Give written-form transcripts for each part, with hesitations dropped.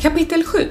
Kapitel 7.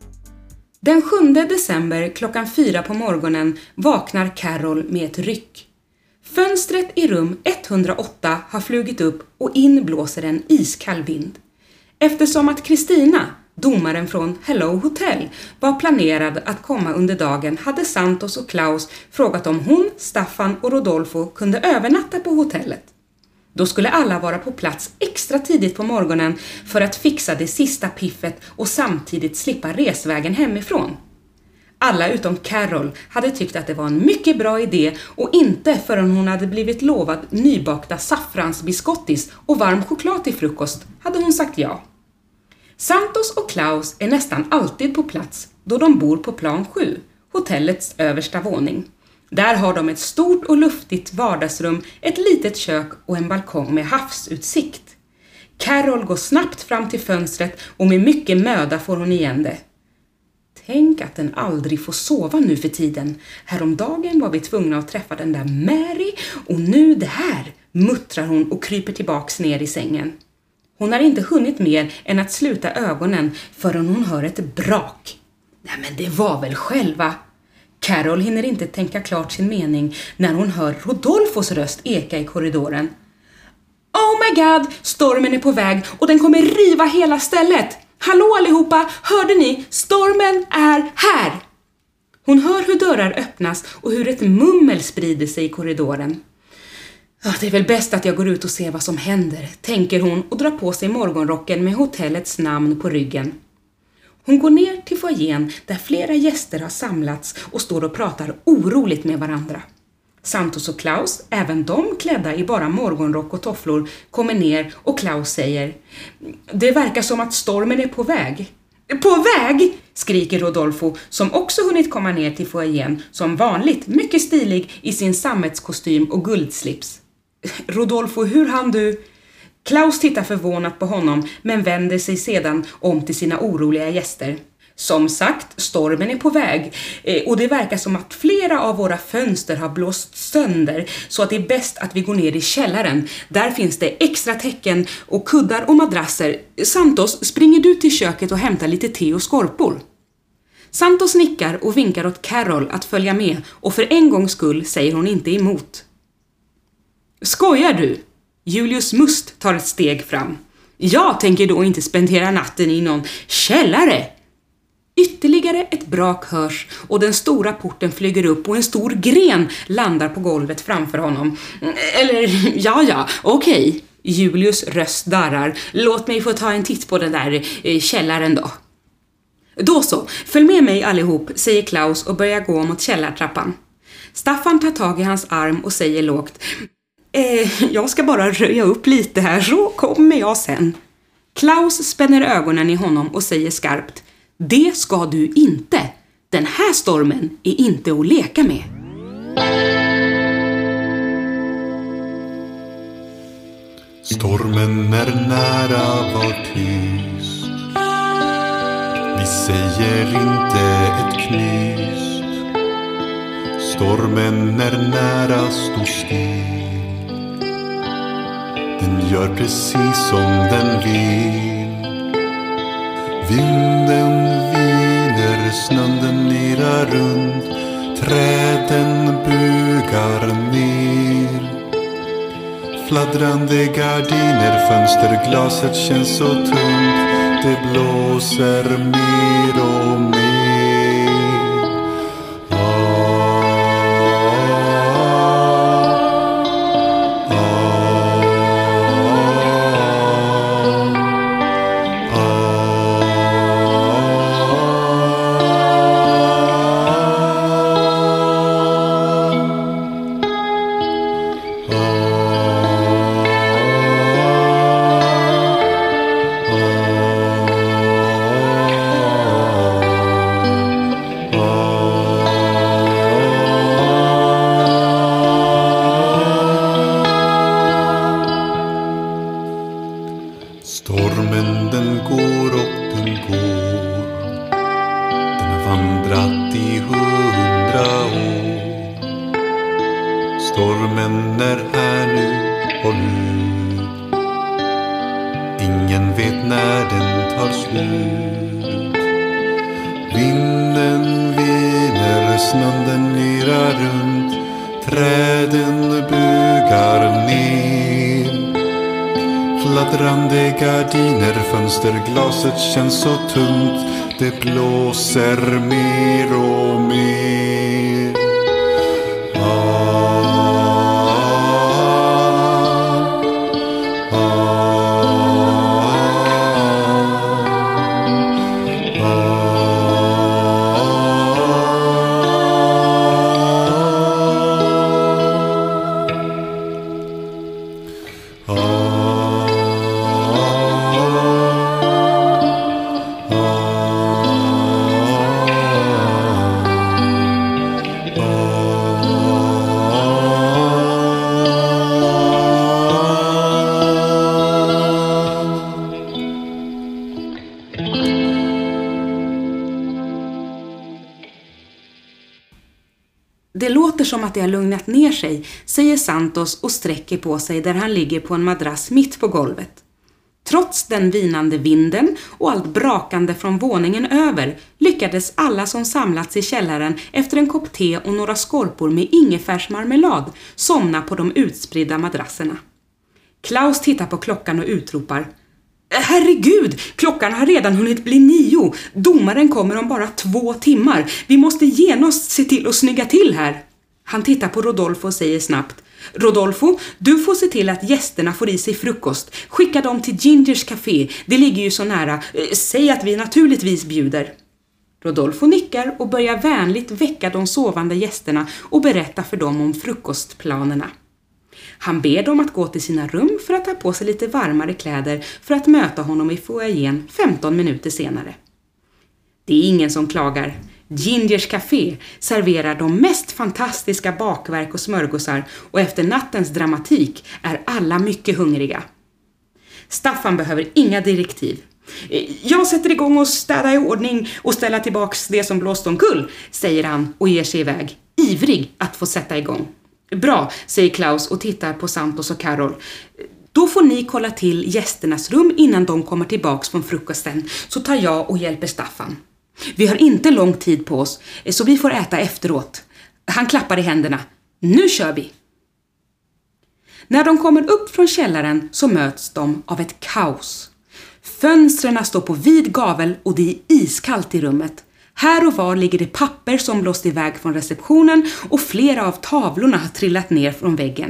Den 7 december klockan 4 på morgonen vaknar Carol med ett ryck. Fönstret i rum 108 har flugit upp och in blåser en iskall vind. Eftersom att Kristina, domaren från Hello Hotel, var planerad att komma under dagen hade Santos och Klaus frågat om hon, Staffan och Rodolfo kunde övernatta på hotellet. Då skulle alla vara på plats extra tidigt på morgonen för att fixa det sista piffet och samtidigt slippa resvägen hemifrån. Alla utom Carol hade tyckt att det var en mycket bra idé och inte förrän hon hade blivit lovad nybakta saffransbiskottis och varm choklad till frukost hade hon sagt ja. Santos och Klaus är nästan alltid på plats då de bor på plan 7, hotellets översta våning. Där har de ett stort och luftigt vardagsrum, ett litet kök och en balkong med havsutsikt. Carol går snabbt fram till fönstret och med mycket möda får hon igen det. Tänk att den aldrig får sova nu för tiden. Häromdagen var vi tvungna att träffa den där Mary och nu det här, muttrar hon och kryper tillbaks ner i sängen. Hon har inte hunnit mer än att sluta ögonen förrän hon hör ett brak. Nej men det var väl själva. Carol hinner inte tänka klart sin mening när hon hör Rodolfos röst eka i korridoren. Oh my god, stormen är på väg och den kommer riva hela stället. Hallå allihopa, hörde ni? Stormen är här! Hon hör hur dörrar öppnas och hur ett mummel sprider sig i korridoren. Det är väl bäst att jag går ut och ser vad som händer, tänker hon och drar på sig morgonrocken med hotellets namn på ryggen. Hon går ner till foajén där flera gäster har samlats och står och pratar oroligt med varandra. Santos och Klaus, även de klädda i bara morgonrock och tofflor, kommer ner och Klaus säger: Det verkar som att stormen är på väg. På väg! Skriker Rodolfo som också hunnit komma ner till foajén, som vanligt mycket stilig i sin sammetskostym och guldslips. Rodolfo, hur hann du? Klaus tittar förvånat på honom men vänder sig sedan om till sina oroliga gäster. Som sagt, stormen är på väg och det verkar som att flera av våra fönster har blåst sönder så att det är bäst att vi går ner i källaren. Där finns det extra täcken och kuddar och madrasser. Santos, springer du till köket och hämtar lite te och skorpor? Santos nickar och vinkar åt Carol att följa med och för en gångs skull säger hon inte emot. Skojar du? Julius Must tar ett steg fram. Jag tänker då inte spendera natten i någon källare. Ytterligare ett brak hörs och den stora porten flyger upp och en stor gren landar på golvet framför honom. Eller, ja, okej. Julius röst darrar. Låt mig få ta en titt på den där källaren då. Då så, följ med mig allihop, säger Klaus och börjar gå mot källartrappan. Staffan tar tag i hans arm och säger lågt: jag ska bara röja upp lite här så kommer jag sen. Klaus spänner ögonen i honom och säger skarpt: Det ska du inte. Den här stormen är inte att leka med. Stormen är nära, var tyst. Vi säger inte ett knyst. Stormen är nära, stå still. Den gör precis som den vill. Vinden viner, snön den irrar runt. Träden bugar ner. Fladdrande gardiner, fönsterglaset känns så tunt. Det blåser mer och mer. Stormen den går och den går. Den har vandrat i 100 år. Stormen är här nu och nu. Ingen vet när den tar slut. Vinden viner, snön den yrar runt, träden bugar ner. Fladdrande gardiner, fönsterglaset känns så tunt, det blåser mer och mer. Det låter som att det har lugnat ner sig, säger Santos och sträcker på sig där han ligger på en madrass mitt på golvet. Trots den vinande vinden och allt brakande från våningen över lyckades alla som samlats i källaren efter en kopp te och några skorpor med ingefärsmarmelad somna på de utspridda madrasserna. Klaus tittar på klockan och utropar: Herregud, klockan har redan hunnit bli 9. Domaren kommer om bara 2 timmar. Vi måste genast se till att snygga till här. Han tittar på Rodolfo och säger snabbt: Rodolfo, du får se till att gästerna får i sig frukost. Skicka dem till Gingers café. Det ligger ju så nära. Säg att vi naturligtvis bjuder. Rodolfo nickar och börjar vänligt väcka de sovande gästerna och berätta för dem om frukostplanerna. Han ber dem att gå till sina rum för att ta på sig lite varmare kläder för att möta honom i foajén 15 minuter senare. Det är ingen som klagar. Gingers café serverar de mest fantastiska bakverk och smörgåsar och efter nattens dramatik är alla mycket hungriga. Staffan behöver inga direktiv. Jag sätter igång och städa i ordning och ställa tillbaks det som blåst omkull, säger han och ger sig iväg, ivrig att få sätta igång. Bra, säger Klaus och tittar på Santos och Carol. Då får ni kolla till gästernas rum innan de kommer tillbaks från frukosten, så tar jag och hjälper Staffan. Vi har inte lång tid på oss, så vi får äta efteråt. Han klappar i händerna. Nu kör vi! När de kommer upp från källaren så möts de av ett kaos. Fönstren står på vid gavel och det är iskallt i rummet. Här och var ligger det papper som blåst iväg från receptionen och flera av tavlorna har trillat ner från väggen.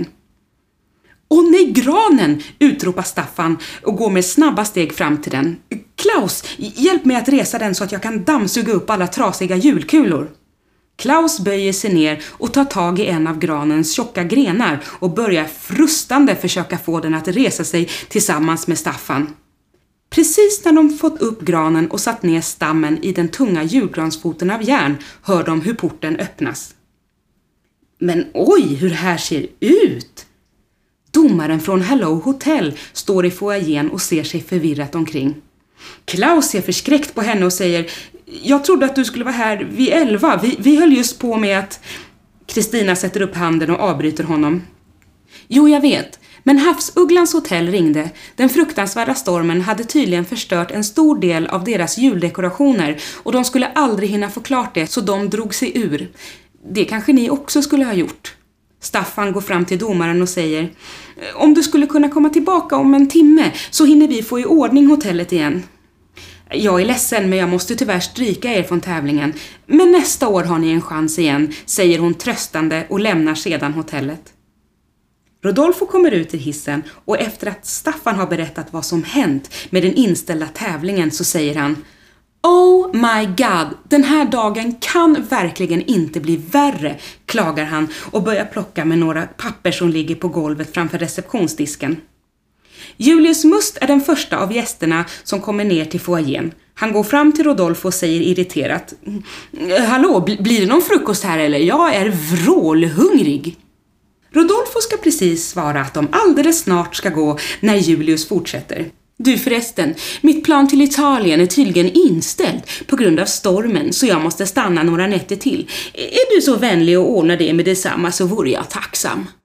Åh nej, granen! Utropar Staffan och går med snabba steg fram till den. Klaus, hjälp mig att resa den så att jag kan dammsuga upp alla trasiga julkulor. Klaus böjer sig ner och tar tag i en av granens tjocka grenar och börjar frustande försöka få den att resa sig tillsammans med Staffan. Precis när de fått upp granen och satt ner stammen i den tunga julgransfoten av järn hör de hur porten öppnas. Men oj, hur här ser ut! Domaren från Hello Hotel står i foajén och ser sig förvirrat omkring. Klaus ser förskräckt på henne och säger: Jag trodde att du skulle vara här vid 11. Vi höll just på med att... Kristina sätter upp handen och avbryter honom. Jo, jag vet. Men Havsugglans hotell ringde. Den fruktansvärda stormen hade tydligen förstört en stor del av deras juldekorationer och de skulle aldrig hinna få klart det, så de drog sig ur. Det kanske ni också skulle ha gjort. Staffan går fram till domaren och säger: Om du skulle kunna komma tillbaka om en timme så hinner vi få i ordning hotellet igen. Jag är ledsen, men jag måste tyvärr stryka er från tävlingen. Men nästa år har ni en chans igen, säger hon tröstande och lämnar sedan hotellet. Rodolfo kommer ut i hissen och efter att Staffan har berättat vad som hänt med den inställda tävlingen så säger han: Oh my god, den här dagen kan verkligen inte bli värre, klagar han och börjar plocka med några papper som ligger på golvet framför receptionsdisken. Julius Must är den första av gästerna som kommer ner till foajén. Han går fram till Rodolfo och säger irriterat: Hallå, blir det någon frukost här eller? Jag är vrålhungrig. Rodolfo ska precis svara att de alldeles snart ska gå när Julius fortsätter. Du förresten, mitt plan till Italien är tydligen inställt på grund av stormen så jag måste stanna några nätter till. Är du så vänlig och ordna det med detsamma så vore jag tacksam.